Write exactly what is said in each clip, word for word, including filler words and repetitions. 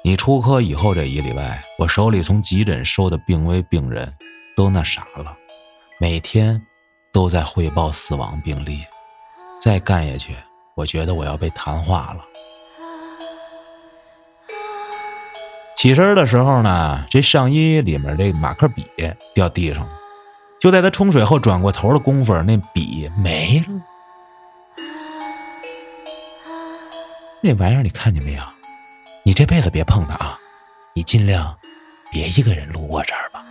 你出科以后这一礼拜，我手里从急诊收的病危病人都那啥了，每天都在汇报死亡病例。再干下去，我觉得我要被谈话了。起身的时候呢，这上衣里面这马克笔掉地上了，就在他冲水后转过头的功夫，那笔没了。那玩意儿你看见没有？你这辈子别碰它啊，你尽量别一个人路过这儿吧。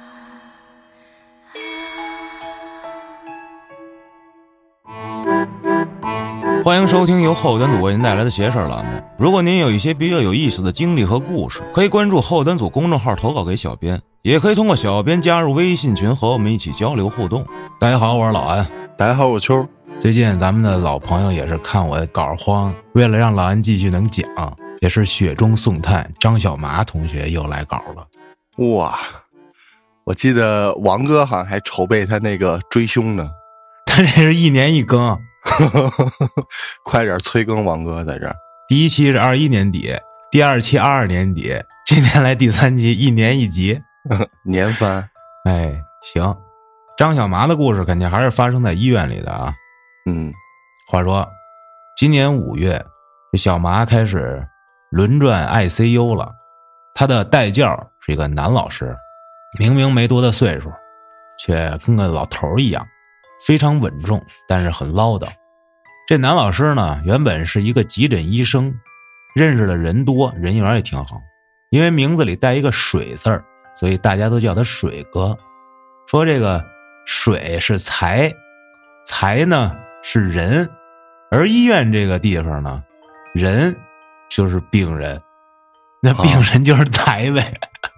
欢迎收听由后端组为您带来的邪事栏目。如果您有一些比较有意思的经历和故事，可以关注后端组公众号投稿给小编，也可以通过小编加入微信群和我们一起交流互动。大家好，我是老安。 大家好，我秋。 最近咱们的老朋友也是看我稿荒，为了让老安继续能讲，也是雪中送炭，张小麻同学又来稿了。 哇，我记得王哥好像还筹备他那个追凶呢。 他这是一年一更。 快点催更，王哥在这儿。 第一期是二一年底，第二期二二年底，今天来第三期，一年一集， 年番。 哎，行。张小麻的故事肯定还是发生在医院里的啊。 嗯， 话说，今年五月，这小麻开始轮转 I C U 了。他的代教是一个男老师，明明没多大岁数，却跟个老头一样，非常稳重，但是很唠叨。这男老师呢，原本是一个急诊医生，认识的人多，人缘也挺好。因为名字里带一个水字儿，所以大家都叫他水哥。说这个水是财，财呢是人，而医院这个地方呢，人就是病人，那病人就是财呗。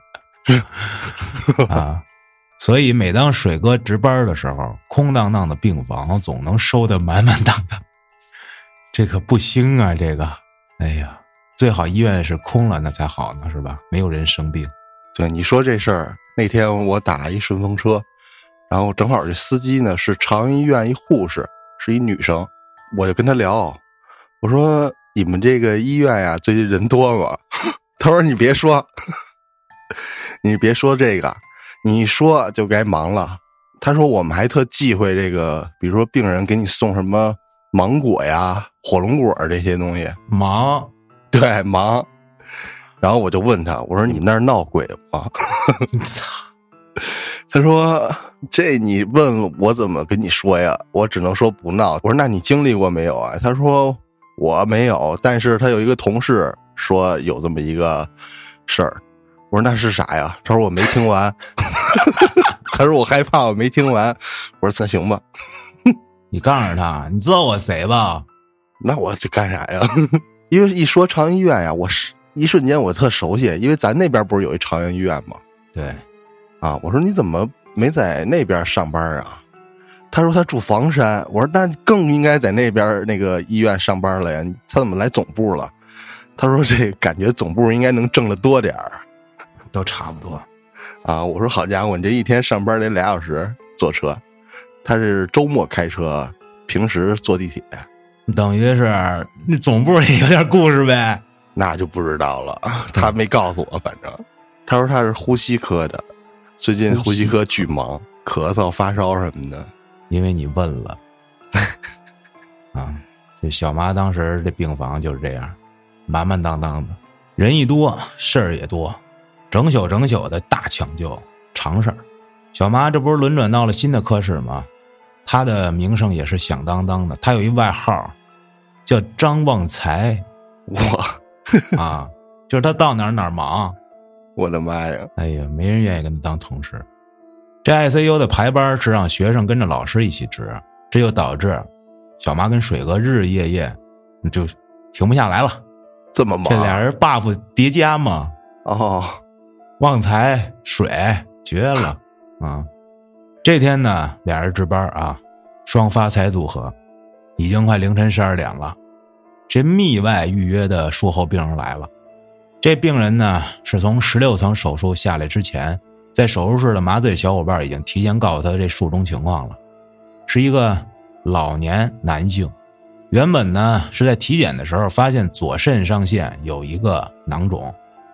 啊, 啊所以每当水哥值班的时候，空荡荡的病房总能收得满满当当。这可不行啊，这个哎呀，最好医院是空了那才好呢，是吧？没有人生病。 对，你说这事儿，那天我打一顺风车，然后正好这司机呢是朝阳医院一护士，是一女生，我就跟她聊，我说你们这个医院呀最近人多吗？她说你别说你别说这个，你一说就该忙了。她说我们还特忌讳这个，比如说病人给你送什么芒果呀火龙果这些东西， 忙。 对，忙。然后我就问她，我说你们那儿闹鬼吗？她说这你问我怎么跟你说呀，我只能说不闹。我说那你经历过没有啊？她说我没有，但是她有一个同事说有这么一个事儿。我说那是啥呀？她说我没听完。她说我害怕我没听完。我说那行吧。 你告诉他你知道我谁吧？ 那我这干啥呀？因为一说朝阳医院呀，我是一瞬间我特熟悉，因为咱那边不是有一朝阳医院吗？ 对啊，我说你怎么没在那边上班啊？他说他住房山。我说那更应该在那边那个医院上班了呀，他怎么来总部了？他说这感觉总部应该能挣得多点儿。 都差不多啊。我说好家伙，你这一天上班得俩小时坐车，他是周末开车，平时坐地铁。 等于是那总部里有点故事呗。 那就不知道了，他没告诉我。反正他说他是呼吸科的，最近呼吸科巨忙，咳嗽发烧什么的。 因为你问了。啊，这小麻当时这病房就是这样，满满当当的，人一多事儿也多，整宿整宿的大抢救常事儿。小麻这不是轮转到了新的科室吗？他的名声也是响当当的，他有一外号叫张旺财。 哇啊，就是他到哪儿哪儿忙。 我的妈呀！ 哎呀，没人愿意跟他当同事。这 I C U 的排班是让学生跟着老师一起值，这就导致小麻跟水哥日日夜夜就停不下来了。 这么忙， 这俩人 buff 叠加嘛。 哦， 旺财水绝了啊！这天呢，俩人值班啊，双发财组合，已经快凌晨十二点了。这密外预约的术后病人来了。这病人呢，是从十六层手术下来之前，在手术室的麻醉小伙伴已经提前告诉他这术中情况了，是一个老年男性。原本呢是在体检的时候发现左肾上腺有一个囊肿，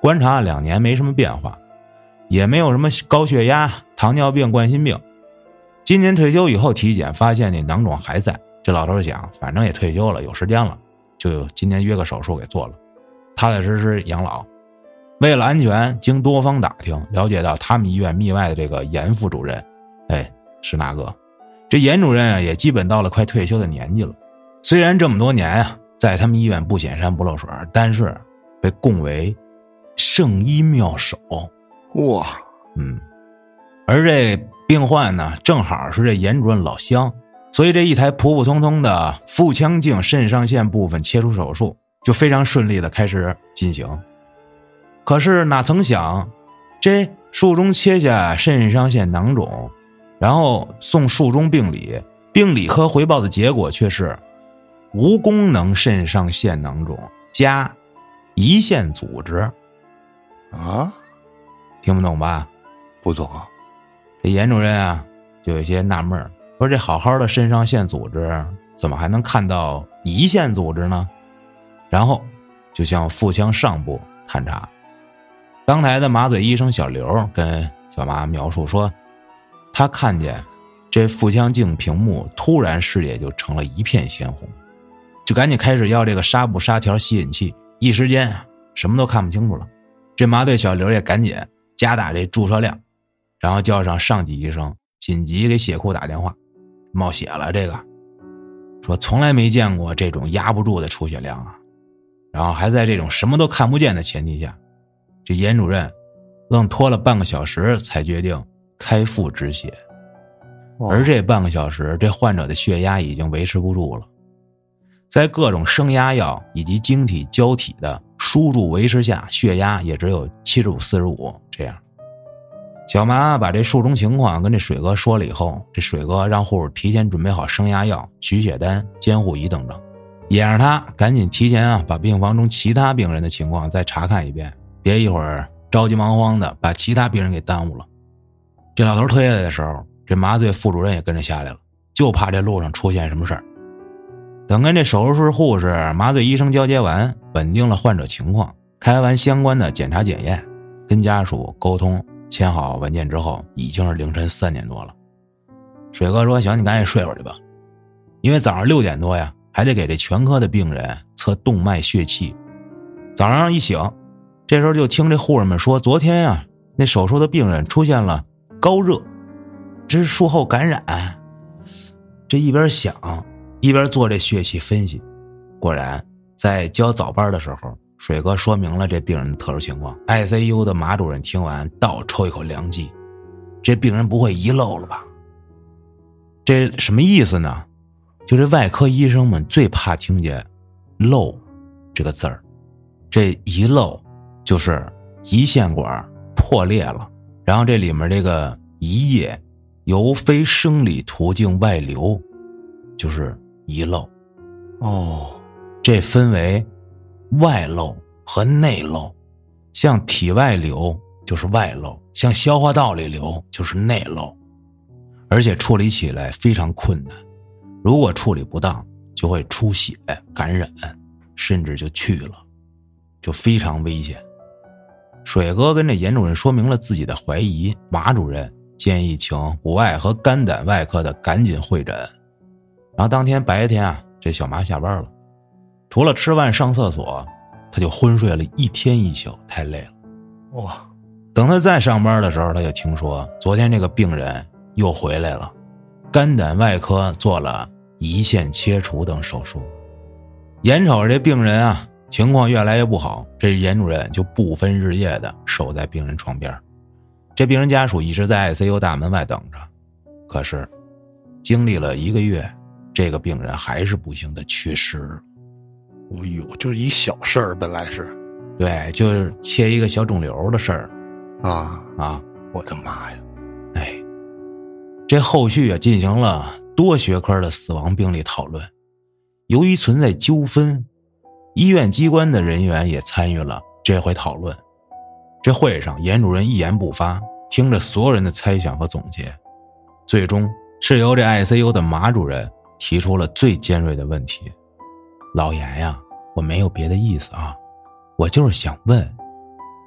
观察了两年没什么变化，也没有什么高血压、糖尿病、冠心病。今年退休以后体检发现那囊肿还在，这老头想反正也退休了，有时间了，就今年约个手术给做了，踏踏实实养老。为了安全，经多方打听了解到他们医院密外的这个严副主任，哎，是那个这严主任啊也基本到了快退休的年纪了。虽然这么多年啊在他们医院不显山不漏水，但是被供为圣医妙手。 哇， 嗯，而这病患呢正好是这严主任老乡，所以这一台普普通通的腹腔镜肾上腺部分切除手术就非常顺利的开始进行。可是哪曾想，这术中切下肾上腺囊肿，然后送术中病理，病理科回报的结果却是无功能肾上腺囊肿加胰腺组织。 啊， 听不懂吧？ 不懂。 这严主任啊就有些纳闷，说这好好的肾上腺组织怎么还能看到胰腺组织呢？然后就向腹腔上部探查。当台的麻醉医生小刘跟小麻描述说，他看见这腹腔镜屏幕突然视野就成了一片鲜红，就赶紧开始要这个纱布纱条吸引器，一时间啊什么都看不清楚了。这麻醉小刘也赶紧加大这注射量，然后叫上上级医生紧急给血库打电话，冒血了这个，说从来没见过这种压不住的出血量啊，然后还在这种什么都看不见的前提下，这严主任愣拖了半个小时才决定开腹止血。而这半个小时，这患者的血压已经维持不住了，在各种升压药以及晶体胶体的输入维持下，血压也只有七十五四十五这样。小麻把这术中情况跟这水哥说了以后，这水哥让护士提前准备好升压药、取血单、监护仪等等，也让他赶紧提前啊把病房中其他病人的情况再查看一遍，别一会儿着急忙慌的把其他病人给耽误了。这老头推下来的时候，这麻醉副主任也跟着下来了，就怕这路上出现什么事儿。等跟这手术室护士、麻醉医生交接完，稳定了患者情况，开完相关的检查检验，跟家属沟通，签好文件之后，已经是凌晨三点多了。水哥说：“行，你赶紧睡会儿去吧，因为早上六点多呀，还得给这全科的病人测动脉血气。”早上一醒，这时候就听这护士们说，昨天呀，那手术的病人出现了高热，这是术后感染。这一边想一边做这血气分析，果然在交早班的时候，水哥说明了这病人的特殊情况。 I C U 的马主任听完倒抽一口凉气，这病人不会遗漏了吧？这什么意思呢？就这外科医生们最怕听见漏这个字儿，这遗漏就是胰腺管破裂了，然后这里面这个胰液由非生理途径外流，就是遗漏。 哦， 这分为外漏和内漏，向体外流就是外漏，向消化道里流就是内漏，而且处理起来非常困难，如果处理不当就会出血、感染，甚至就去了，就非常危险。水哥跟这严主任说明了自己的怀疑，马主任建议请骨外和肝胆外科的赶紧会诊。然后当天白天啊，这小麻下班了，除了吃饭上厕所，他就昏睡了一天一宿，太累了。 哇！ 等他再上班的时候，他就听说昨天这个病人又回来了，肝胆外科做了胰腺切除等手术。眼瞅着这病人啊情况越来越不好，这严主任就不分日夜的守在病人床边。这病人家属一直在 I C U 大门外等着，可是经历了一个月，这个病人还是不幸的去世了。 哎呦，就是一小事儿，本来是， 对，就是切一个小肿瘤的事儿啊啊！ 我的妈呀！ 哎，这后续啊进行了多学科的死亡病例讨论。由于存在纠纷，医院机关的人员也参与了这回讨论。这会上，严主任一言不发，听着所有人的猜想和总结，最终是由这 I C U 的马主任提出了最尖锐的问题：老严呀，我没有别的意思啊，我就是想问，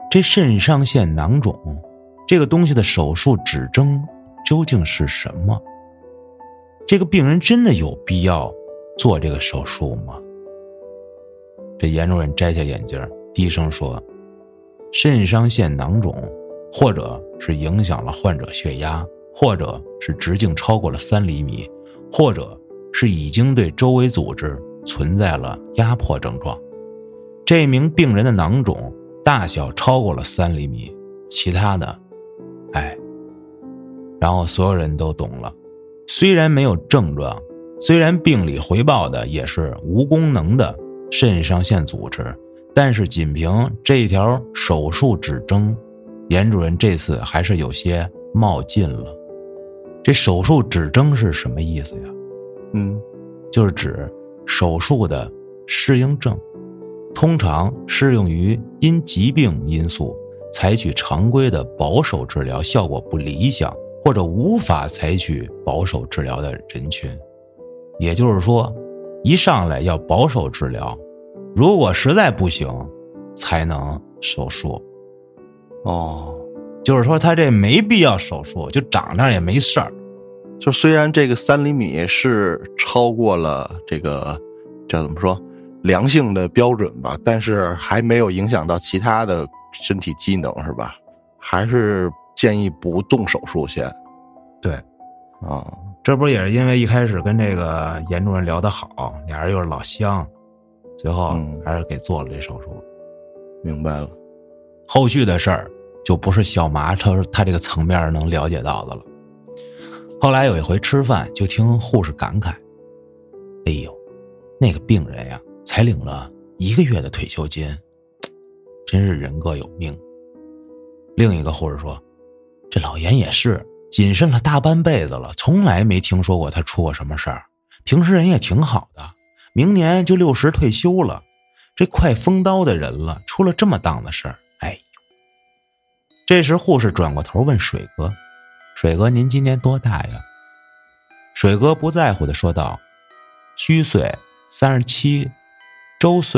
这肾上腺囊肿这个东西的手术指征究竟是什么？这个病人真的有必要做这个手术吗？这严主任摘下眼镜，低声说，肾上腺囊肿或者是影响了患者血压，或者是直径超过了三厘米，或者是已经对周围组织存在了压迫症状。这名病人的囊肿大小超过了三厘米，其他的，哎，然后所有人都懂了。虽然没有症状，虽然病理回报的也是无功能的肾上腺组织，但是仅凭这条手术指征，严主任这次还是有些冒进了。这手术指征是什么意思呀？ 嗯， 就是指手术的适应症，通常适用于因疾病因素采取常规的保守治疗效果不理想，或者无法采取保守治疗的人群。也就是说，一上来要保守治疗，如果实在不行才能手术。 哦， 就是说他这没必要手术，就长那也没事儿。 就虽然这个三厘米是超过了这个叫怎么说良性的标准吧，但是还没有影响到其他的身体机能，是吧？还是建议不动手术先。 对， 啊， 这不也是因为一开始跟这个严主任聊得好，俩人又是老乡，最后还是给做了这手术。 嗯、明白了。 后续的事儿就不是小麻他他这个层面能了解到的了。后来有一回吃饭，就听护士感慨，哎呦，那个病人呀才领了一个月的退休金，真是人各有命。另一个护士说，这老严也是谨慎了大半辈子了，从来没听说过他出过什么事儿，平时人也挺好的，明年就六十退休了，这快封刀的人了，出了这么档子事儿，哎呦。这时护士转过头问水哥，水哥您今年多大呀？水哥不在乎地说道，虚岁三十七，周岁。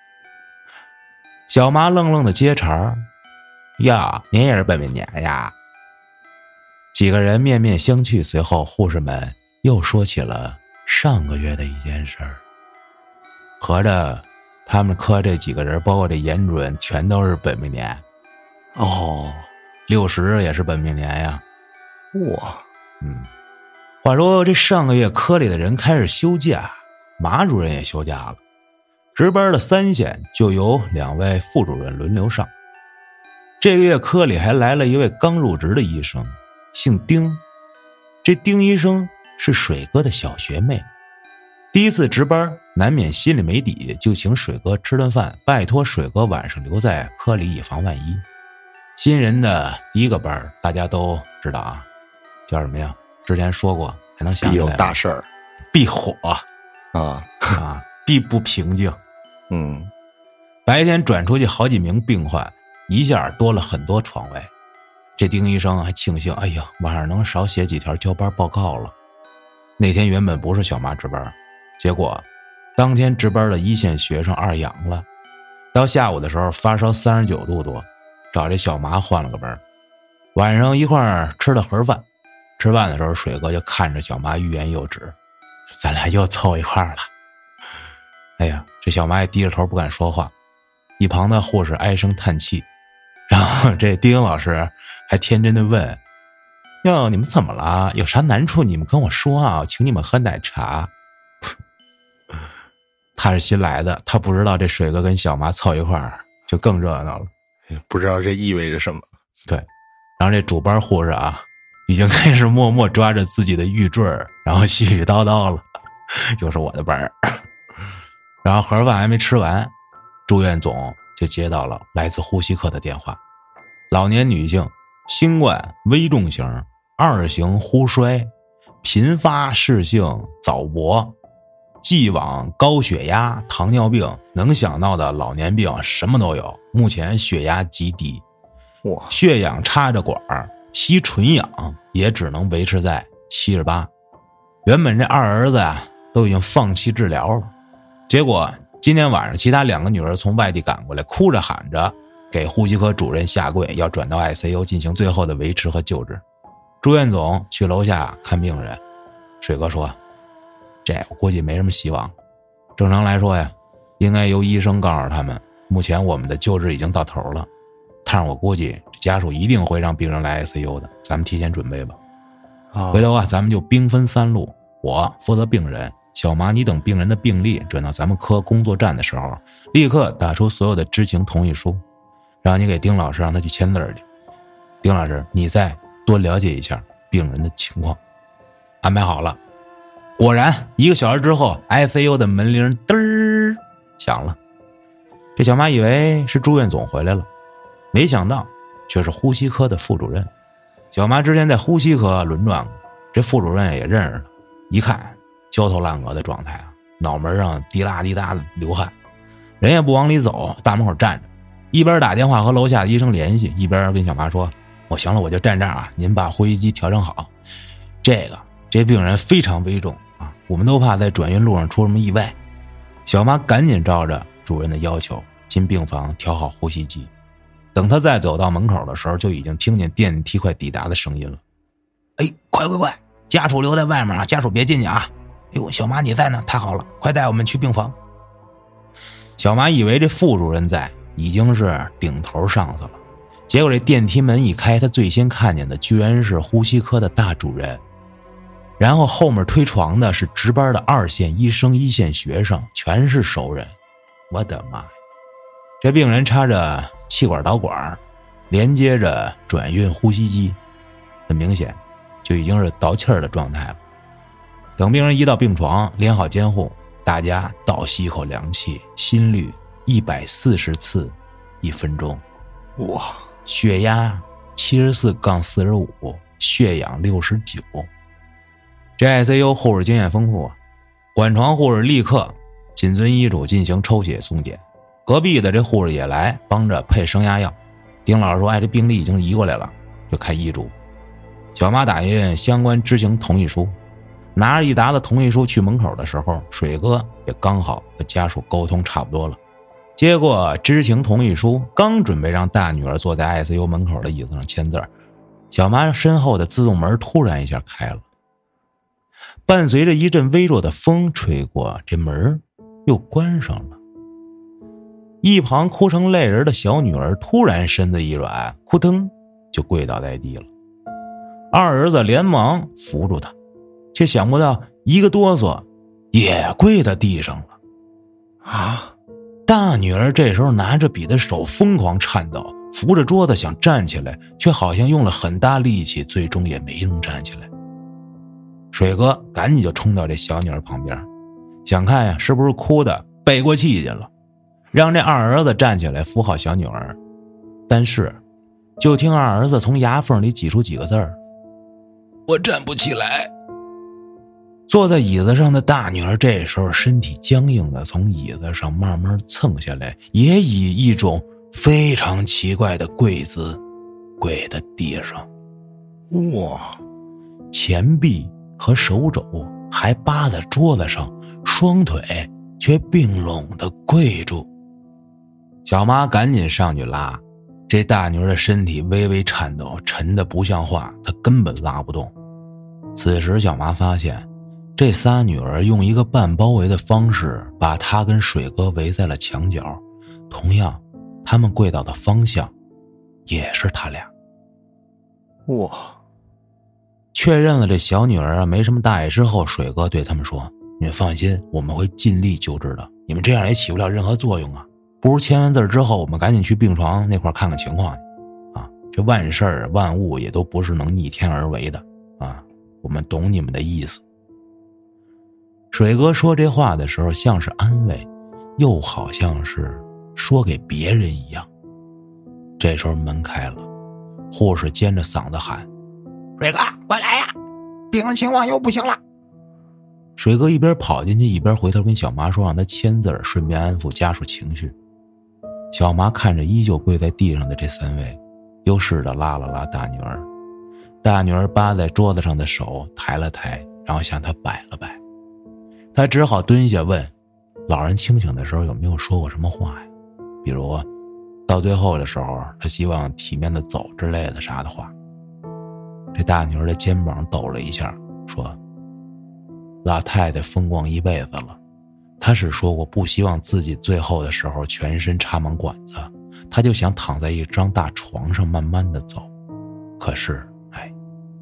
小麻愣愣的接茬，呀，您也是本命年呀。几个人面面相觑，随后护士们又说起了上个月的一件事儿。合着他们科这几个人，包括这严主任，全都是本命年。 哦， 六十也是本命年呀。 哇， 嗯，话说这上个月科里的人开始休假，马主任也休假了，值班的三线就由两位副主任轮流上。这个月科里还来了一位刚入职的医生，姓丁。这丁医生是水哥的小学妹，第一次值班难免心里没底，就请水哥吃顿饭，拜托水哥晚上留在科里以防万一。新人的第一个班大家都知道啊，叫什么呀？之前说过，还能想起来吗？ 必有大事儿， 必火啊啊，必不平静。 嗯， 白天转出去好几名病患，一下多了很多床位。这丁医生还庆幸，哎呀，晚上能少写几条交班报告了。那天原本不是小麻值班，结果当天值班的一线学生二阳了，到下午的时候发烧三十九度多，找这小麻换了个班。晚上一块儿吃了盒饭，吃饭的时候水哥就看着小麻欲言又止，咱俩又凑一块儿了。哎呀，这小麻也低着头不敢说话，一旁的护士唉声叹气，然后这丁老师还天真的问，哟，你们怎么了？有啥难处你们跟我说啊，我请你们喝奶茶。他是新来的，他不知道这水哥跟小麻凑一块儿就更热闹了， 不知道这意味着什么。 对，然后这主班护士啊已经开始默默抓着自己的玉坠，然后絮絮叨叨了，又是我的班。然后盒饭还没吃完，住院总就接到了来自呼吸科的电话，老年女性，新冠危重型二型呼衰，频发室性早搏，既往高血压、糖尿病，能想到的老年病什么都有，目前血压极低， 哇， 血氧插着管，吸纯氧也只能维持在七十八。原本这二儿子啊都已经放弃治疗了，结果今天晚上其他两个女儿从外地赶过来，哭着喊着给呼吸科主任下跪，要转到 I C U 进行最后的维持和救治。住院总去楼下看病人，水哥说：“这我估计没什么希望。正常来说呀，应该由医生告诉他们，目前我们的救治已经到头了。但是我估计家属一定会让病人来 I C U 的，咱们提前准备吧。 啊， 回头啊，咱们就兵分三路，我负责病人，小麻你等病人的病历转到咱们科工作站的时候，立刻打出所有的知情同意书，让你给丁老师让他去签字去。丁老师，你再多了解一下病人的情况。”安排好了。果然一个小时之后 I C U 的门铃嘚儿响了。这小马以为是住院总回来了，没想到却是呼吸科的副主任。小马之前在呼吸科轮转过，这副主任也认识了，一看焦头烂额的状态啊，脑门上滴答滴答的流汗，人也不往里走，大门口站着，一边打电话和楼下的医生联系，一边跟小马说：“我行了，我就站这儿啊，您把呼吸机调整好。这个这病人非常危重啊，我们都怕在转运路上出什么意外。”小马赶紧照着主任的要求进病房调好呼吸机。等他再走到门口的时候，就已经听见电梯快抵达的声音了。哎，快快快，家属留在外面啊，家属别进去啊！哎呦，小马你在呢，太好了，快带我们去病房。小马以为这副主任在，已经是顶头上司了，结果这电梯门一开，他最先看见的居然是呼吸科的大主任，然后后面推床的是值班的二线医生、一线学生，全是熟人。我的妈！这病人插着气管导管，连接着转运呼吸机，很明显就已经是倒气儿的状态了。等病人移到病床，连好监护，大家倒吸一口凉气，心率一百四十次一分钟， 哇， 血压七十四杠四十五，血氧六十九。这 I C U 护士经验丰富啊，管床护士立刻谨遵医嘱进行抽血送检。隔壁的这护士也来帮着配升压药。丁老师说：“哎，这病历已经移过来了，就开医嘱。”小马打印相关知情同意书，拿着一沓子同意书去门口的时候，水哥也刚好和家属沟通差不多了。接过知情同意书，刚准备让大女儿坐在 I C U 门口的椅子上签字，小马身后的自动门突然一下开了，伴随着一阵微弱的风吹过，这门又关上了。一旁哭成泪人的小女儿突然身子一软，扑腾就跪倒在地了。二儿子连忙扶住她，却想不到一个哆嗦也跪在地上了。啊！大女儿这时候拿着笔的手疯狂颤抖，扶着桌子想站起来，却好像用了很大力气，最终也没能站起来。水哥赶紧就冲到这小女儿旁边，想看呀是不是哭的背过气去了，让这二儿子站起来扶好小女儿。但是就听二儿子从牙缝里挤出几个字儿：“我站不起来。”坐在椅子上的大女儿这时候身体僵硬的从椅子上慢慢蹭下来，也以一种非常奇怪的跪姿跪在地上。哇！前臂和手肘还扒在桌子上，双腿却并拢的跪住。小妈赶紧上去拉，这大女儿的身体微微颤抖，沉得不像话，她根本拉不动。此时小妈发现这仨女儿用一个半包围的方式把她跟水哥围在了墙角，同样他们跪倒的方向也是他俩。 哇！ 确认了这小女儿啊没什么大碍之后，水哥对他们说：“你们放心，我们会尽力救治的，你们这样也起不了任何作用啊，不如签完字之后我们赶紧去病床那块看看情况去啊，这万事儿万物也都不是能逆天而为的啊，我们懂你们的意思。”水哥说这话的时候像是安慰，又好像是说给别人一样。这时候门开了，护士尖着嗓子喊：“水哥快来呀，病人情况又不行了。”水哥一边跑进去一边回头跟小麻说让他签字，顺便安抚家属情绪。小麻看着依旧跪在地上的这三位，又试着拉了拉大女儿，大女儿扒在桌子上的手抬了抬，然后向他摆了摆。他只好蹲下问：“老人清醒的时候有没有说过什么话呀？比如到最后的时候，他希望体面的走之类的啥的话。这大女儿的肩膀抖了一下，说：老太太风光一辈子了，她是说过不希望自己最后的时候全身插满管子，她就想躺在一张大床上慢慢的走。可是哎，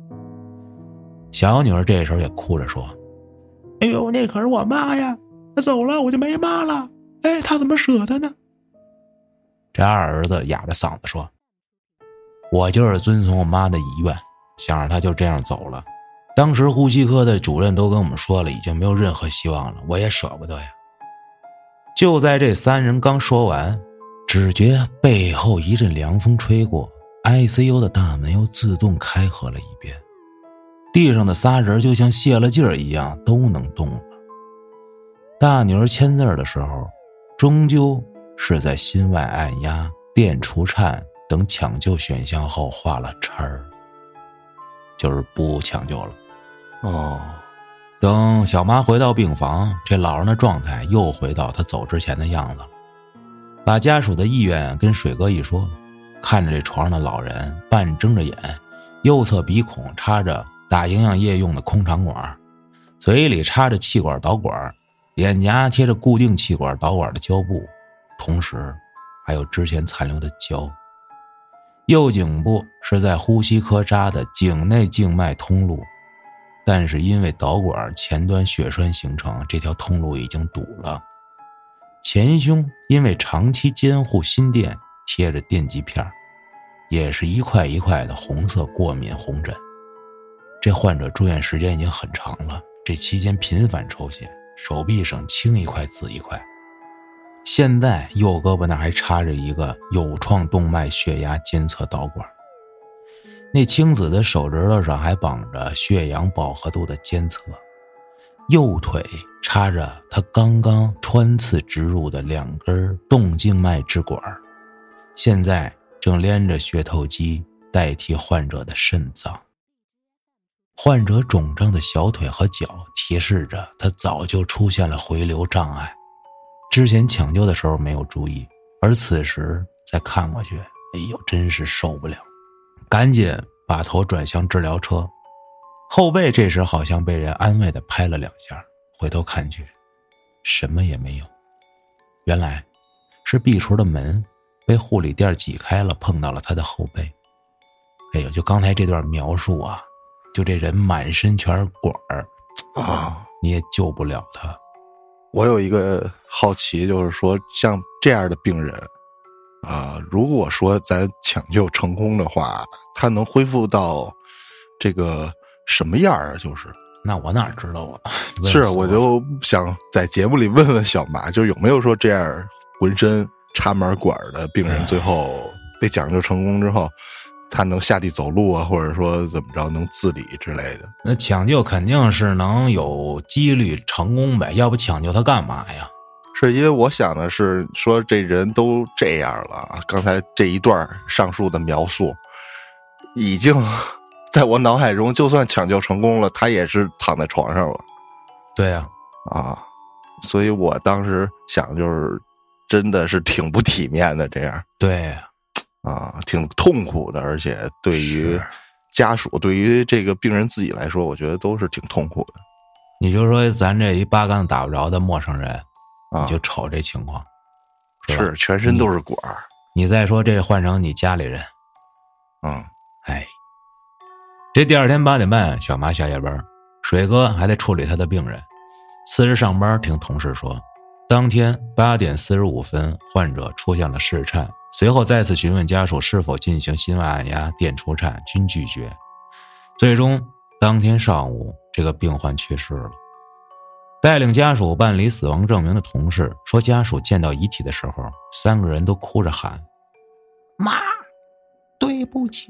小女儿这时候也哭着说：哎呦，那可是我妈呀，她走了我就没妈了，哎，她怎么舍得呢？这二儿子哑着嗓子说：我就是遵从我妈的遗愿，想让她就这样走了。当时呼吸科的主任都跟我们说了，已经没有任何希望了，我也舍不得呀。就在这三人刚说完，只觉背后一阵凉风吹过， I C U 的大门又自动开合了一遍，地上的仨人就像泄了劲儿一样都能动了。大女儿签字的时候，终究是在心外按压、电除颤等抢救选项后画了叉儿，就是不抢救了。 哦， 等小妈回到病房，这老人的状态又回到他走之前的样子了。把家属的意愿跟水哥一说，看着这床上的老人半睁着眼，右侧鼻孔插着打营养液用的空肠管，嘴里插着气管导管，脸颊贴着固定气管导管的胶布，同时还有之前残留的胶。右颈部是在呼吸科扎的颈内静脉通路，但是因为导管前端血栓形成，这条通路已经堵了。前胸因为长期监护心电贴着电极片，也是一块一块的红色过敏红疹。这患者住院时间已经很长了，这期间频繁抽血，手臂上青一块紫一块。现在右胳膊那还插着一个有创动脉血压监测导管，那青紫的手指头上还绑着血氧饱和度的监测。右腿插着他刚刚穿刺植入的两根动静脉支管，现在正连着血透机代替患者的肾脏。患者肿胀的小腿和脚提示着他早就出现了回流障碍，之前抢救的时候没有注意，而此时再看过去，哎呦，真是受不了，赶紧把头转向治疗车。后背这时好像被人安慰地拍了两下，回头看去什么也没有，原来是壁橱的门被护理垫挤开了，碰到了他的后背。哎呦，就刚才这段描述啊，就这人满身全是管儿啊，你也救不了他。 我有一个好奇，就是说像这样的病人啊，如果说咱抢救成功的话，他能恢复到这个什么样啊？就是那我哪知道啊？ 是，我就想在节目里问问小马，就有没有说这样浑身插满管的病人，最后被抢救成功之后，他能下地走路啊，或者说怎么着能自理之类的？ 那抢救肯定是能有几率成功呗，要不抢救他干嘛呀？ 是因为我想的是说这人都这样了，刚才这一段上述的描述已经在我脑海中，就算抢救成功了，他也是躺在床上了。 对呀， 啊，所以我当时想就是真的是挺不体面的这样。 对啊，挺痛苦的，而且对于家属，对于这个病人自己来说，我觉得都是挺痛苦的。 你就说咱这一八竿子打不着的陌生人， 啊、 你就瞅这情况， 是, 是全身都是管儿。 你再说这换成你家里人， 嗯， 哎，这第二天八点半，小马下夜班，水哥还在处理他的病人。次日上班，听同事说，当天八点四十五分，患者出现了室颤，随后再次询问家属是否进行心外按压、电除颤，均拒绝。最终，当天上午，这个病患去世了。带领家属办理死亡证明的同事说，家属见到遗体的时候，三个人都哭着喊：“妈，对不起。”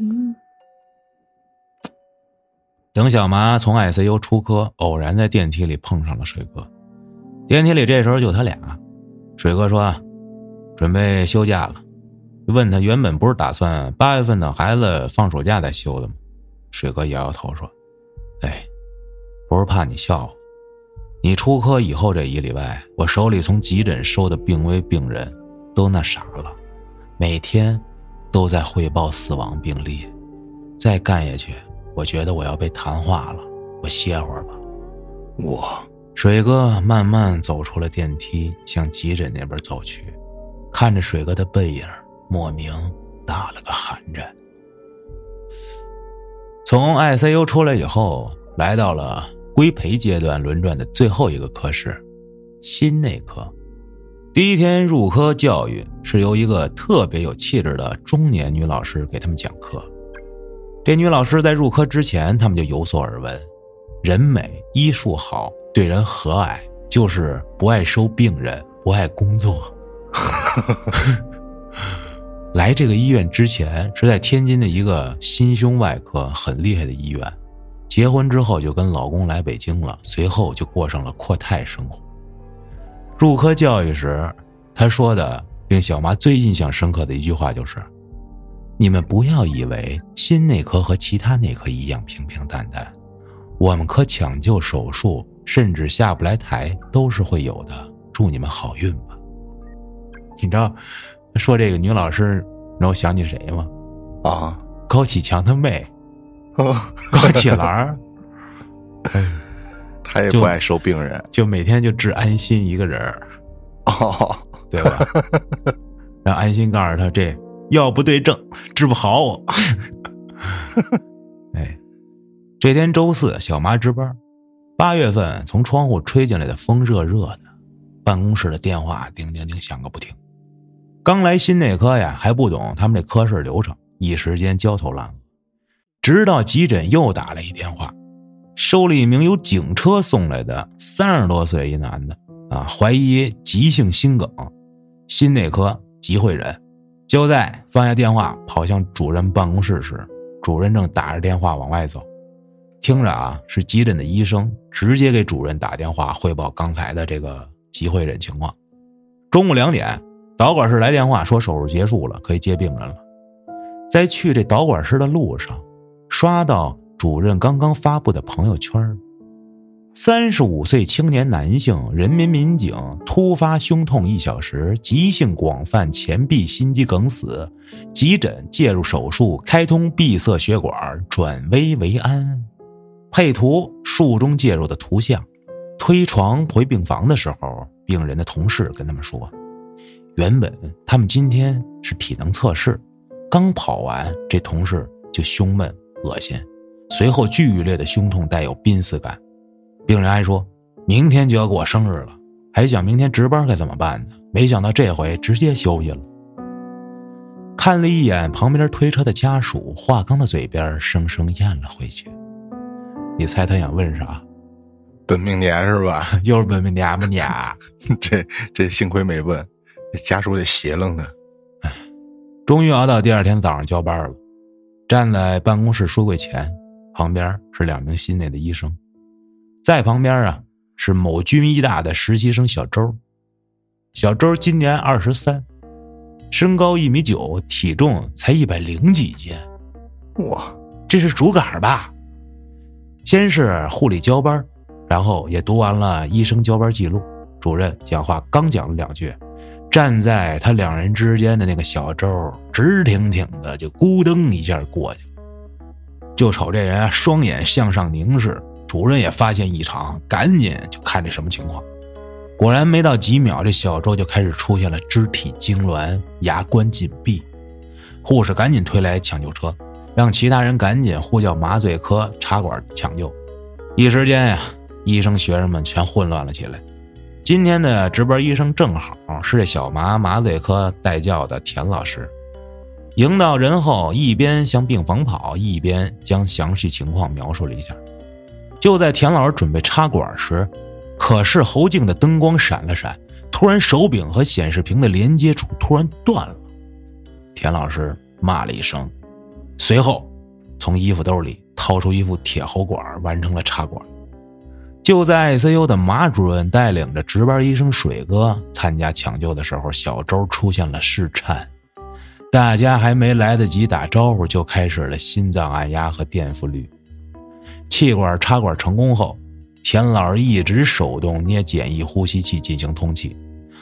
等小麻从 I C U 出科，偶然在电梯里碰上了水哥。电梯里这时候就他俩，水哥说准备休假了，问他原本不是打算八月份等孩子放暑假再休的吗？水哥摇摇头说：“哎，不是怕你笑话，你出科以后这一礼拜，我手里从急诊收的病危病人都那傻了， 每天都在汇报死亡病例。再干下去，我觉得我要被谈话了，我歇会儿吧。 我水哥慢慢走出了电梯，向急诊那边走去，看着水哥的背影，莫名打了个寒战。从 I C U 出来以后，来到了规培阶段轮转的最后一个科室，心内科。第一天入科教育是由一个特别有气质的中年女老师给他们讲课。这女老师在入科之前，他们就有所耳闻，人美医术好，对人和蔼，就是不爱收病人，不爱工作。来这个医院之前是在天津的一个心胸外科很厉害的医院，结婚之后就跟老公来北京了，随后就过上了阔太生活。入科教育时，他说的令小麻最印象深刻的一句话就是，你们不要以为心内科和其他内科一样平平淡淡，我们科抢救手术甚至下不来台都是会有的，祝你们好运吧。你知道说这个女老师让我想起谁吗？ 啊， 高启强他妹高启兰。 他也不爱收病人， 就每天就治安心一个人。 哦， 对吧？让安心告诉他，这药不对症，治不好我。哎，这天周四，小麻值班。八月份从窗户吹进来的风热热的，办公室的电话叮叮叮响个不停。刚来心内科呀，还不懂他们这科室流程，一时间焦头烂额。直到急诊又打了一电话，收了一名由警车送来的三十多岁一男的啊，怀疑急性心梗，心内科急会诊。就在放下电话跑向主任办公室时，主任正打着电话往外走，听着啊是急诊的医生直接给主任打电话汇报刚才的这个急会诊情况。中午两点，导管室来电话说手术结束了，可以接病人了。在去这导管室的路上，刷到主任刚刚发布的朋友圈，三十五岁青年男性，人民民警，突发胸痛一小时，急性广泛前臂心肌梗死，急诊介入手术，开通闭塞血管，转危为安。配图术中介入的图像。推床回病房的时候，病人的同事跟他们说，原本他们今天是体能测试，刚跑完，这同事就胸闷恶心，随后剧烈的胸痛带有濒死感。病人还说，明天就要过生日了，还想明天值班该怎么办呢？没想到这回直接休息了。看了一眼旁边推车的家属，华刚的嘴边生生咽了回去。你猜他想问啥？ 本命年是吧？ 又是本命年吗你啊？ 这这幸亏没问，家属得邪愣的。 终于熬到第二天早上交班了，站在办公室书柜前，旁边是两名心内的医生，在旁边啊是某军医大的实习生小周。小周今年二十三，身高一米九，体重才一百零几斤。 哇， 这是主杆吧？先是护理交班，然后也读完了医生交班记录。主任讲话刚讲了两句，站在他两人之间的那个小周直挺挺的就咕噔一下过去了。就瞅这人啊，双眼向上凝视。主任也发现异常，赶紧就看这什么情况。果然没到几秒，这小周就开始出现了肢体痉挛，牙关紧闭。护士赶紧推来抢救车，让其他人赶紧呼叫麻醉科插管抢救。一时间呀，医生学生们全混乱了起来。今天的值班医生正好是这小麻麻醉科带教的田老师。迎到人后，一边向病房跑，一边将详细情况描述了一下。就在田老师准备插管时，可视喉镜的灯光闪了闪，突然手柄和显示屏的连接处突然断了。田老师骂了一声，随后从衣服兜里掏出一副铁喉管，完成了插管。就在 I C U 的马主任带领着值班医生水哥参加抢救的时候，小周出现了失颤。大家还没来得及打招呼，就开始了心脏按压和电复率。气管插管成功后，田老师一直手动捏简易呼吸器进行通气，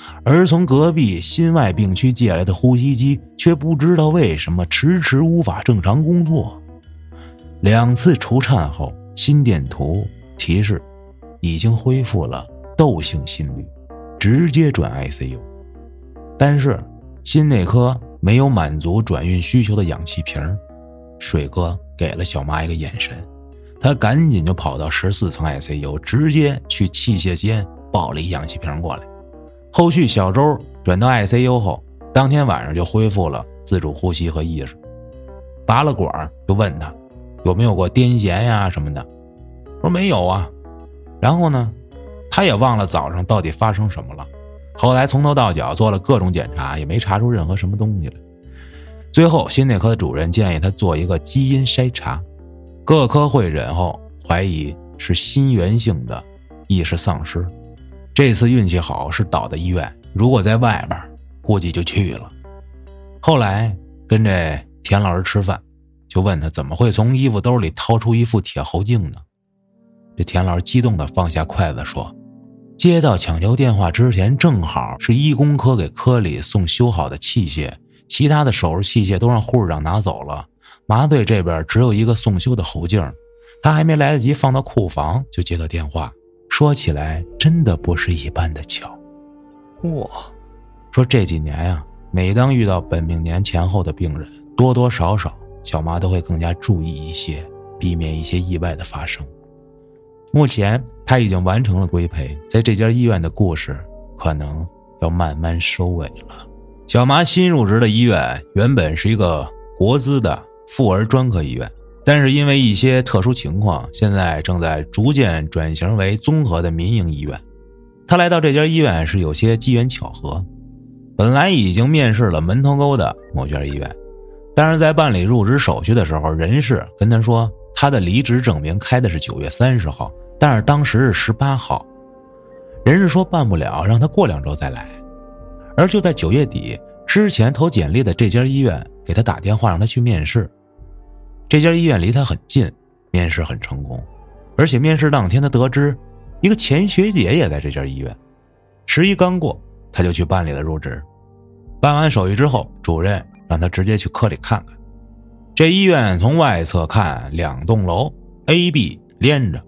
而从隔壁心外病区借来的呼吸机却不知道为什么迟迟无法正常工作。两次除颤后，心电图提示已经恢复了窦性心律，直接转 I C U。 但是心内科没有满足转运需求的氧气瓶，水哥给了小妈一个眼神，他赶紧就跑到十四层 I C U， 直接去器械间抱了一氧气瓶过来。后续小周转到 I C U 后，当天晚上就恢复了自主呼吸和意识。拔了管就问他有没有过癫痫呀什么的，说没有啊。然后呢，他也忘了早上到底发生什么了。后来从头到脚做了各种检查，也没查出任何什么东西来。最后心内科的主任建议他做一个基因筛查，各科会诊后怀疑是心源性的意识丧失。这次运气好是倒在医院，如果在外面估计就去了。后来跟这田老师吃饭，就问他怎么会从衣服兜里掏出一副铁喉镜呢？这田老师激动地放下筷子说，接到抢救电话之前正好是医工科给科里送修好的器械，其他的手术器械都让护士长拿走了，麻醉这边只有一个送修的喉镜，他还没来得及放到库房就接到电话。说起来真的不是一般的巧。 哇， 说这几年呀、啊，每当遇到本命年前后的病人，多多少少小妈都会更加注意一些，避免一些意外的发生。目前他已经完成了规培，在这家医院的故事可能要慢慢收尾了。小麻新入职的医院原本是一个国资的妇儿专科医院，但是因为一些特殊情况，现在正在逐渐转型为综合的民营医院。他来到这家医院是有些机缘巧合，本来已经面试了门头沟的某家医院，但是在办理入职手续的时候，人事跟他说他的离职证明开的是九月三十号，但是当时是十八号，人事说办不了，让他过两周再来。而就在九月底之前投简历的这家医院给他打电话让他去面试，这家医院离他很近，面试很成功，而且面试当天他得知一个前学姐也在这家医院，十一刚过他就去办理了入职。办完手续之后，主任让他直接去科里看看。这医院从外侧看两栋楼 A、B 连着，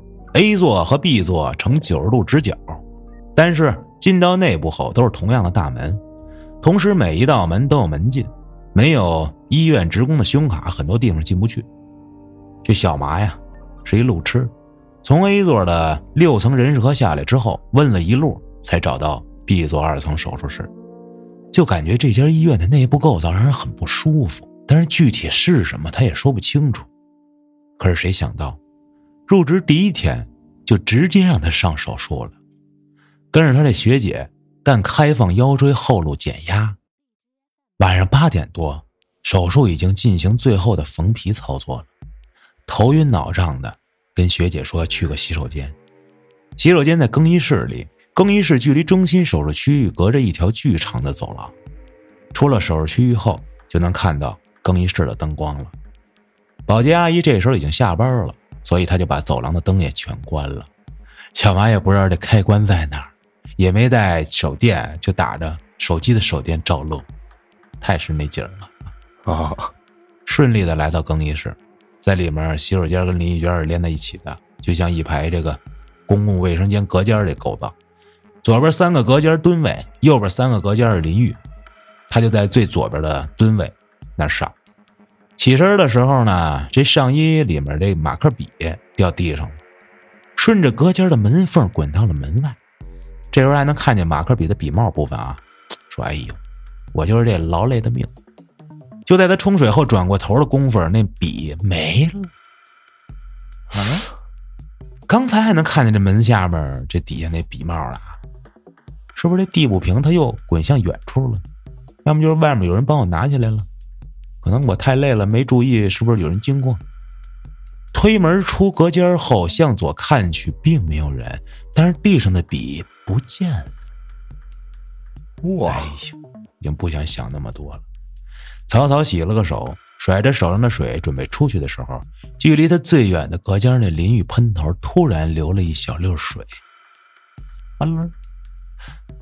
A 座和 B 座呈九十度直角，但是进到内部后都是同样的大门，同时每一道门都有门禁，没有医院职工的信用卡，很多地方进不去。这小麻呀是一路痴，从 A 座的六层人事科下来之后，问了一路才找到 B 座二层手术室，就感觉这家医院的内部构造让人很不舒服，但是具体是什么他也说不清楚。可是谁想到入职第一天就直接让他上手术了，跟着他这学姐干开放腰椎后路减压。晚上八点多，手术已经进行最后的缝皮操作了，头晕脑胀的跟学姐说去个洗手间。洗手间在更衣室里，更衣室距离中心手术区域隔着一条巨长的走廊，出了手术区域后就能看到更衣室的灯光了。保洁阿姨这时候已经下班了，所以她就把走廊的灯也全关了。小麻也不知道这开关在哪儿，也没带手电，就打着手机的手电照路，太是那劲儿了啊！ 顺利的来到更衣室，在里面洗手间跟淋浴间是连在一起的，就像一排这个公共卫生间隔间这构造。左边三个隔间蹲位，右边三个隔间是淋浴，他就在最左边的蹲位那上。起身的时候呢，这上衣里面这马克笔掉地上了，顺着隔间的门缝滚到了门外。这时候还能看见马克笔的笔帽部分啊，说哎呦，我就是这劳累的命。就在他冲水后转过头的功夫，那笔没了。啊，刚才还能看见这门下面这底下那笔帽啊，是不是这地不平他又滚向远处了？要么就是外面有人帮我拿起来了，可能我太累了没注意，是不是有人经过？推门出隔间后向左看去并没有人，但是地上的笔不见了。 哇， 哎呦，已经不想想那么多了。草草洗了个手，甩着手上的水准备出去的时候，距离他最远的隔间那淋浴喷头突然流了一小溜水。完了，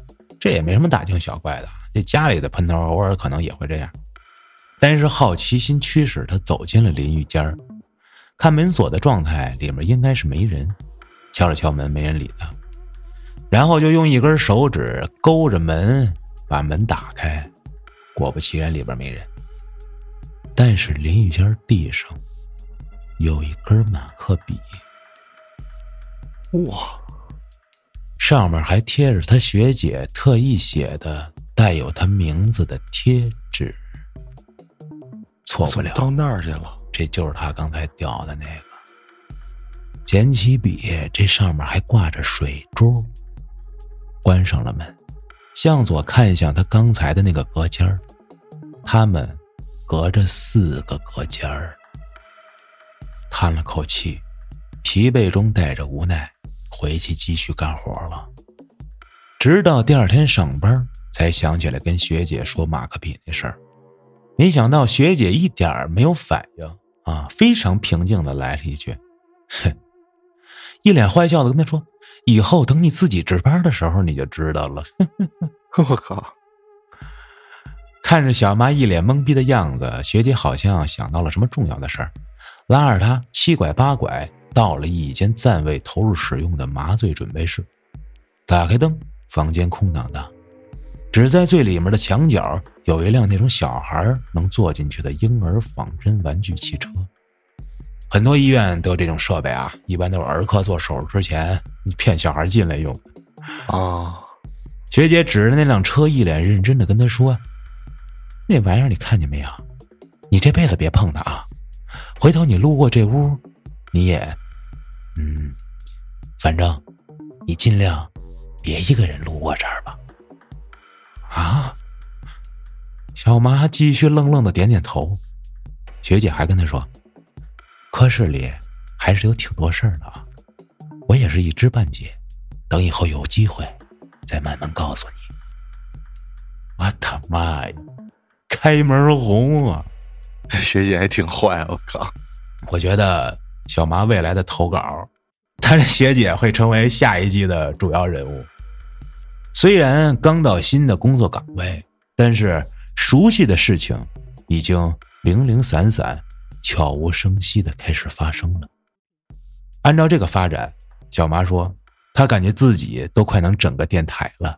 这也没什么大惊小怪的，这家里的喷头偶尔可能也会这样。但是好奇心驱使他走进了淋浴间，看门锁的状态，里面应该是没人，敲了敲门，没人理他，然后就用一根手指勾着门把门打开，果不其然里边没人。但是淋浴间地上有一根马克笔， 哇， 上面还贴着他学姐特意写的带有他名字的贴纸。错不了， 到那儿去了， 这就是他刚才掉的那个。捡起笔，这上面还挂着水珠。关上了门，向左看向他刚才的那个隔间儿，他们隔着四个隔间儿。叹了口气，疲惫中带着无奈，回去继续干活了。直到第二天上班，才想起来跟学姐说马克笔那事儿。没想到学姐一点没有反应啊，非常平静的来了一句：“哼。”一脸坏笑的跟他说：“以后等你自己值班的时候，你就知道了。” 我靠！ 看着小妈一脸懵逼的样子，学姐好像想到了什么重要的事儿，拉着她七拐八拐到了一间暂未投入使用的麻醉准备室。打开灯，房间空荡荡，只在最里面的墙角有一辆那种小孩能坐进去的婴儿仿真玩具汽车。很多医院都有这种设备啊，一般都是儿科做手术之前你骗小孩进来用啊、哦。 学姐指着那辆车一脸认真的跟他说：“那玩意儿你看见没有？你这辈子别碰它啊！回头你路过这屋，你也，嗯，反正你尽量别一个人路过这儿吧。”啊！小妈继续愣愣的点点头。学姐还跟她说：“科室里还是有挺多事儿的啊，我也是一知半解，等以后有机会再慢慢告诉你。”我他妈呀，开门红啊！ 学姐还挺坏，我靠！ 我觉得小麻未来的投稿，她的学姐会成为下一季的主要人物。虽然刚到新的工作岗位，但是熟悉的事情已经零零散散、悄无声息的开始发生了。按照这个发展，小麻说她感觉自己都快能整个电台了。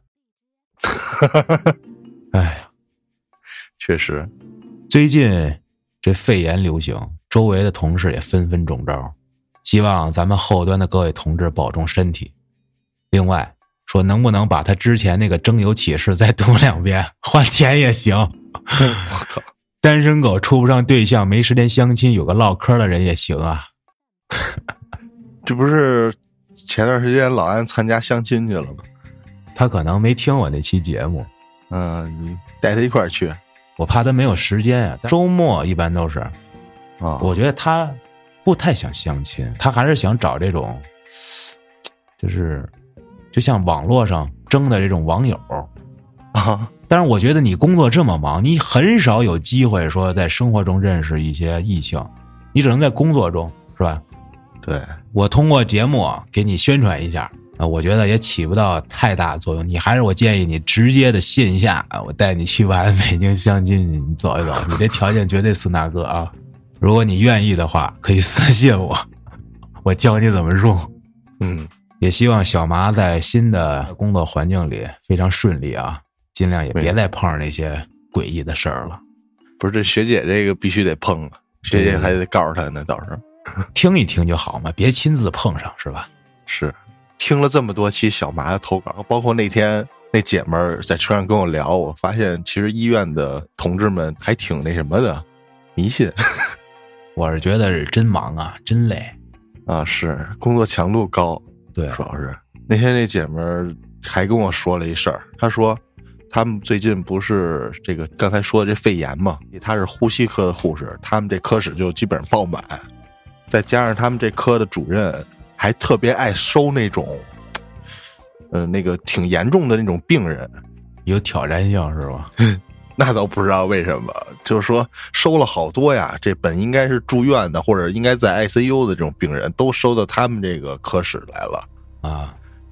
哎呀， 确实， 最近这肺炎流行，周围的同事也纷纷中招，希望咱们后端的各位同志保重身体。另外说能不能把他之前那个征友启事再读两遍，花钱也行。 我靠， 单身狗处不上对象，没时间相亲，有个唠嗑的人也行啊。 这不是前段时间老安参加相亲去了吗？ 他可能没听我那期节目。 嗯，你带他一块儿去， 我怕他没有时间啊。周末一般都是， 啊， 我觉得他不太想相亲，他还是想找这种，就是就像网络上争的这种网友啊。 但是我觉得你工作这么忙，你很少有机会说在生活中认识一些异性，你只能在工作中，是吧？ 对， 我通过节目给你宣传一下啊，我觉得也起不到太大作用。你还是我建议你直接的线下啊，我带你去完北京相亲，你走一走，你这条件绝对是那个啊。如果你愿意的话，可以私信我，我教你怎么用。 嗯， 也希望小麻在新的工作环境里非常顺利啊，尽量也别再碰上那些诡异的事儿了。 不是，这学姐这个必须得碰啊，学姐还得告诉他呢，到时候听一听就好嘛，别亲自碰上，是吧？ 是，听了这么多期小麻的投稿，包括那天那姐们儿在车上跟我聊，我发现其实医院的同志们还挺那什么的，迷信。 我是觉得是真忙啊，真累啊，是工作强度高。 对， 主要是那天那姐们儿还跟我说了一事儿，她说他们最近不是这个刚才说的这肺炎嘛，她是呼吸科的护士，他们这科室就基本上爆满，再加上他们这科的主任还特别爱收那种呃那个挺严重的那种病人， 有挑战性是吧？ 那倒不知道为什么，就是说收了好多呀，这本应该是住院的或者应该在 I C U 的这种病人都收到他们这个科室来了啊。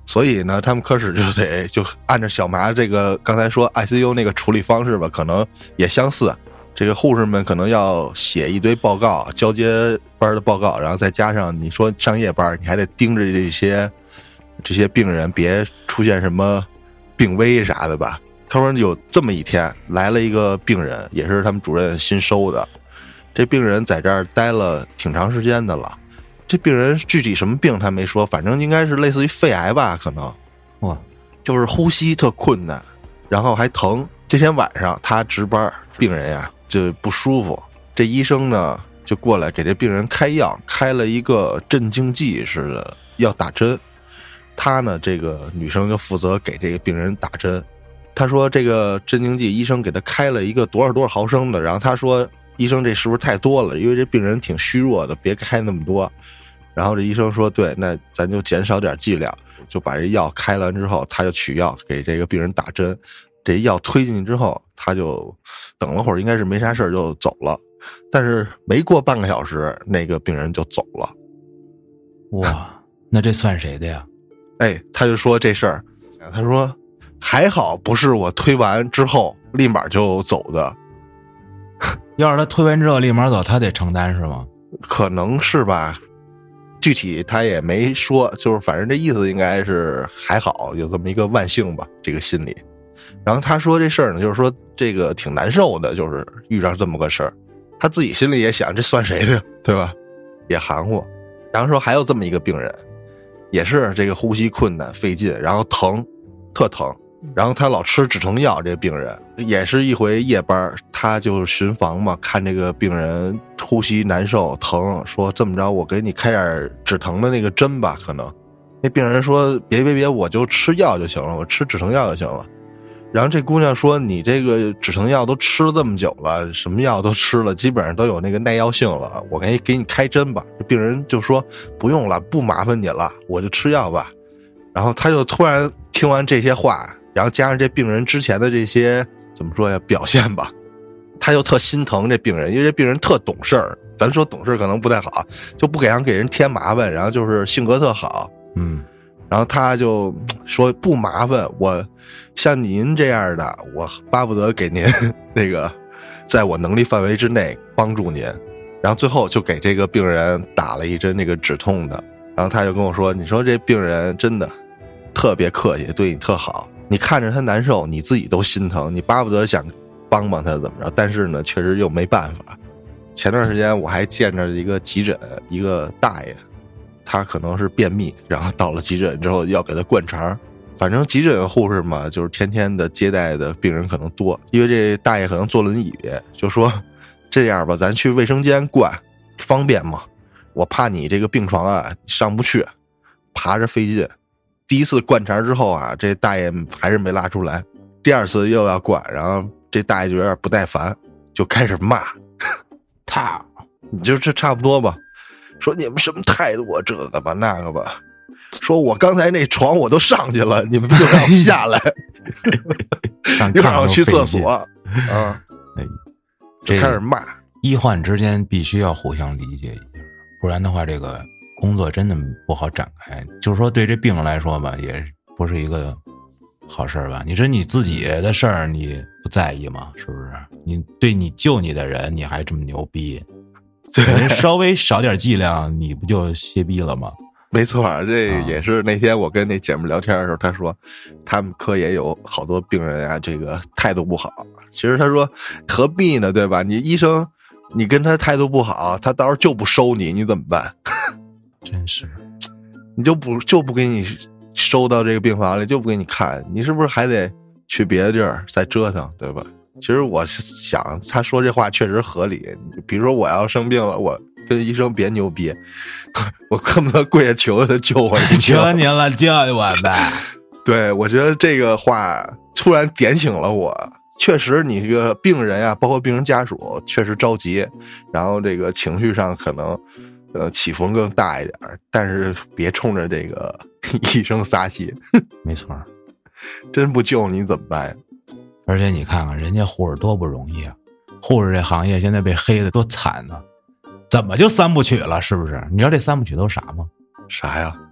所以呢，他们科室就得就按照小麻这个刚才说 I C U 那个处理方式吧，可能也相似。这个护士们可能要写一堆报告，交接班的报告，然后再加上你说上夜班，你还得盯着这些这些病人别出现什么病危啥的吧。他说有这么一天来了一个病人，也是他们主任新收的，这病人在这儿待了挺长时间的了。这病人具体什么病他没说，反正应该是类似于肺癌吧，可能哇， 就是呼吸特困难，然后还疼。这天晚上他值班，病人呀就不舒服，这医生呢就过来给这病人开药，开了一个镇静剂似的要打针。他呢这个女生就负责给这个病人打针。他说这个镇静剂医生给他开了一个多少多少毫升的，然后他说医生这是不是太多了，因为这病人挺虚弱的，别开那么多。然后这医生说对，那咱就减少点剂量，就把这药开完之后，他就取药给这个病人打针。这药推进去之后，他就等了会儿，应该是没啥事就走了。但是没过半个小时，那个病人就走了。 哇，那这算谁的呀？ 哎，他就说这事儿，他说还好不是我推完之后立马就走的。 要是他推完之后立马走，他得承担是吗？ 可能是吧，具体他也没说，就是反正这意思应该是还好，有这么一个万幸吧，这个心理。然后他说这事儿呢，就是说这个挺难受的，就是遇上这么个事儿，他自己心里也想这算谁的，对吧？也含糊。然后说还有这么一个病人，也是这个呼吸困难费劲，然后疼，特疼，然后他老吃止疼药。这个病人也是一回夜班，他就巡房嘛，看这个病人呼吸难受疼，说这么着我给你开点止疼的那个针吧。可能那病人说别别别，我就吃药就行了，我吃止疼药就行了。然后这姑娘说你这个止疼药都吃了这么久了，什么药都吃了，基本上都有那个耐药性了，我给给你开针吧。这病人就说不用了，不麻烦你了，我就吃药吧。然后他就突然听完这些话，然后加上这病人之前的这些怎么说呀表现吧，他就特心疼这病人，因为这病人特懂事儿，咱说懂事可能不太好，就不给人给人添麻烦，然后就是性格特好。 嗯， 然后他就说不麻烦，我像您这样的，我巴不得给您那个在我能力范围之内帮助您。然后最后就给这个病人打了一针那个止痛的。然后他就跟我说，你说这病人真的特别客气，对你特好，你看着他难受你自己都心疼，你巴不得想帮帮他怎么着，但是呢确实又没办法。前段时间我还见着一个急诊一个大爷，他可能是便秘，然后到了急诊之后要给他灌肠。反正急诊护士嘛，就是天天的接待的病人可能多，因为这大爷可能坐轮椅，就说这样吧，咱去卫生间灌方便吗？我怕你这个病床啊上不去，爬着费劲。第一次灌肠之后啊，这大爷还是没拉出来，第二次又要灌，然后这大爷就有点不耐烦，就开始骂他，你就这差不多吧，说你们什么态度啊，这个吧那个吧，说我刚才那床我都上去了，你们就让我下来又让我去厕所啊，就开始骂。 医患之间必须要互相理解一下，不然的话这个工作真的不好展开。就是说对这病人来说吧，也不是一个好事吧。你说你自己的事儿你不在意吗？是不是？你对你救你的人你还这么牛逼，稍微少点剂量你不就歇逼了吗？ 没错，这也是那天我跟那姐们聊天的时候，她说他们科也有好多病人啊，这个态度不好。其实她说何必呢，对吧？你医生你跟他态度不好，他到时候就不收你，你怎么办？ 真是， 你就不就不给你收到这个病房里，就不给你看，你是不是还得去别的地儿再折腾，对吧？其实我想他说这话确实合理。比如说我要生病了，我跟医生别牛逼，我恨不得跪下求他救我一求您了，救我吧。 对，我觉得这个话突然点醒了我。确实你这个病人啊，包括病人家属确实着急，然后这个情绪上可能呃起伏更大一点，但是别冲着这个医生撒气。 没错， 真不救你怎么办呀？ 而且你看看人家护士多不容易啊，护士这行业现在被黑的多惨呢，怎么就三部曲了？是不是？你知道这三部曲都啥吗？ 啥呀？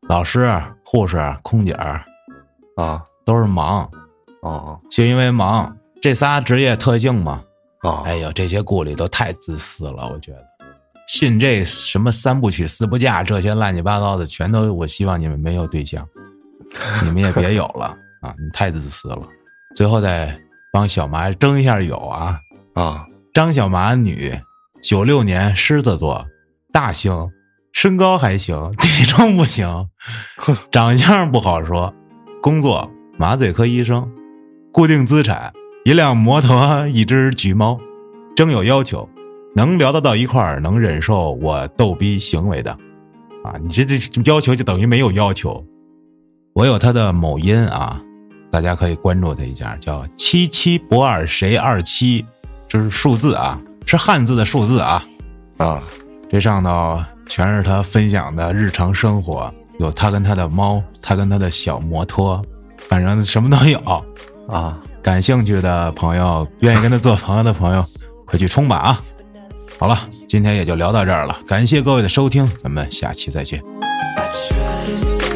老师、护士、空姐啊， 都是忙。 哦， 就因为忙，这仨职业特性嘛。 哦， 哎呦，这些顾里都太自私了，我觉得。信这什么三不娶四不嫁这些乱七八糟的，全都我希望你们没有对象，你们也别有了啊！你太自私了。最后再帮小麻争一下友啊啊！ 张小麻女，九六年狮子座，大星，身高还行，体重不行，长相不好说，工作麻醉科医生，固定资产一辆摩托一只橘猫，征友要求能聊得到一块儿，能忍受我逗逼行为的啊！你这这要求就等于没有要求。我有他的某音啊，大家可以关注他一下，叫七七不二谁二七，这是数字啊，是汉字的数字啊啊！ 这上头全是他分享的日常生活，有他跟他的猫，他跟他的小摩托，反正什么都有啊！ 感兴趣的朋友，愿意跟他做朋友的朋友，快去冲吧啊！好了，今天也就聊到这儿了，感谢各位的收听，咱们下期再见。